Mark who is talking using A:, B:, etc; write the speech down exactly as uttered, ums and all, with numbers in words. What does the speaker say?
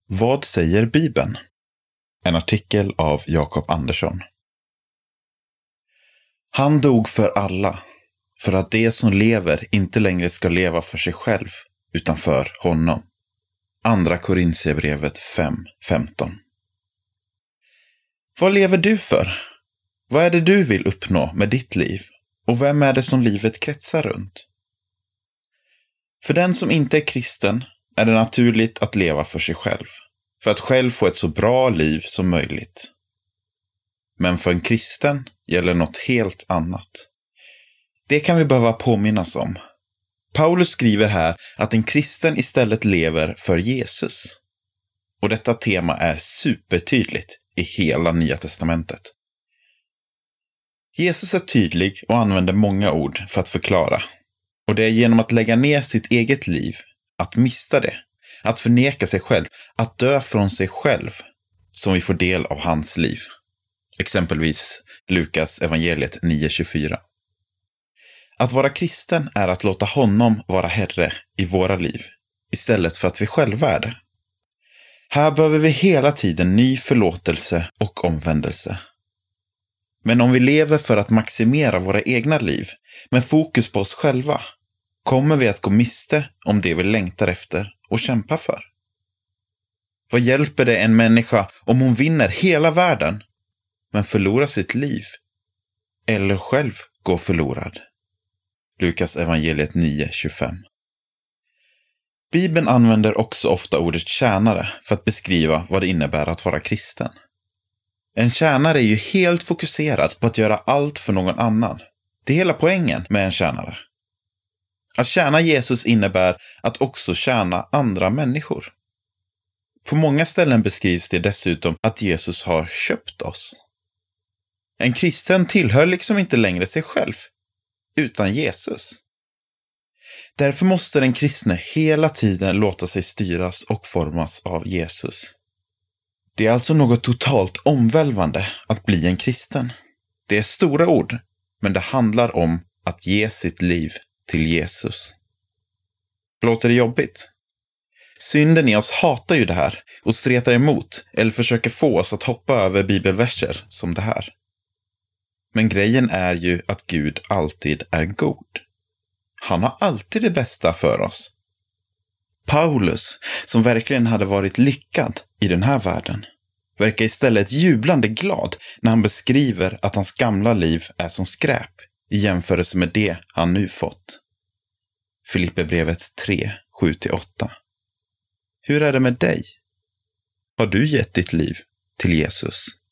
A: Vad säger Bibeln? En artikel av Jakob Andersson. Han dog för alla, för att det som lever inte längre ska leva för sig själv, utan för honom. Andra Korinthierbrevet fem femton. Vad lever du för? Vad är det du vill uppnå med ditt liv? Och vem är det som livet kretsar runt? För den som inte är kristen är det naturligt att leva för sig själv, för att själv få ett så bra liv som möjligt. Men för en kristen gäller något helt annat. Det kan vi behöva påminnas om. Paulus skriver här att en kristen istället lever för Jesus. Och detta tema är supertydligt i hela Nya testamentet. Jesus är tydlig och använder många ord för att förklara. Och det är genom att lägga ner sitt eget liv, att mista det, att förneka sig själv, att dö från sig själv, som vi får del av hans liv. Exempelvis Lukas evangeliet nio tjugofyra. Att vara kristen är att låta honom vara herre i våra liv, istället för att vi själva är det. Här behöver vi hela tiden ny förlåtelse och omvändelse. Men om vi lever för att maximera våra egna liv, med fokus på oss själva, kommer vi att gå miste om det vi längtar efter och kämpar för. Vad hjälper det en människa om hon vinner hela världen, men förlorar sitt liv, eller själv går förlorad? Lukas evangeliet nio tjugofem. Bibeln använder också ofta ordet tjänare för att beskriva vad det innebär att vara kristen. En tjänare är ju helt fokuserad på att göra allt för någon annan. Det är hela poängen med en tjänare. Att tjäna Jesus innebär att också tjäna andra människor. På många ställen beskrivs det dessutom att Jesus har köpt oss. En kristen tillhör liksom inte längre sig själv, utan Jesus. Därför måste den kristne hela tiden låta sig styras och formas av Jesus. Det är alltså något totalt omvälvande att bli en kristen. Det är stora ord, men det handlar om att ge sitt liv till Jesus. Låter det jobbigt? Synden i oss hatar ju det här och stretar emot eller försöker få oss att hoppa över bibelverser som det här. Men grejen är ju att Gud alltid är god. Han har alltid det bästa för oss. Paulus, som verkligen hade varit lyckad i den här världen, verkar istället jublande glad när han beskriver att hans gamla liv är som skräp i jämförelse med det han nu fått. Filipperbrevet tre sju till åtta. Hur är det med dig? Har du gett ditt liv till Jesus?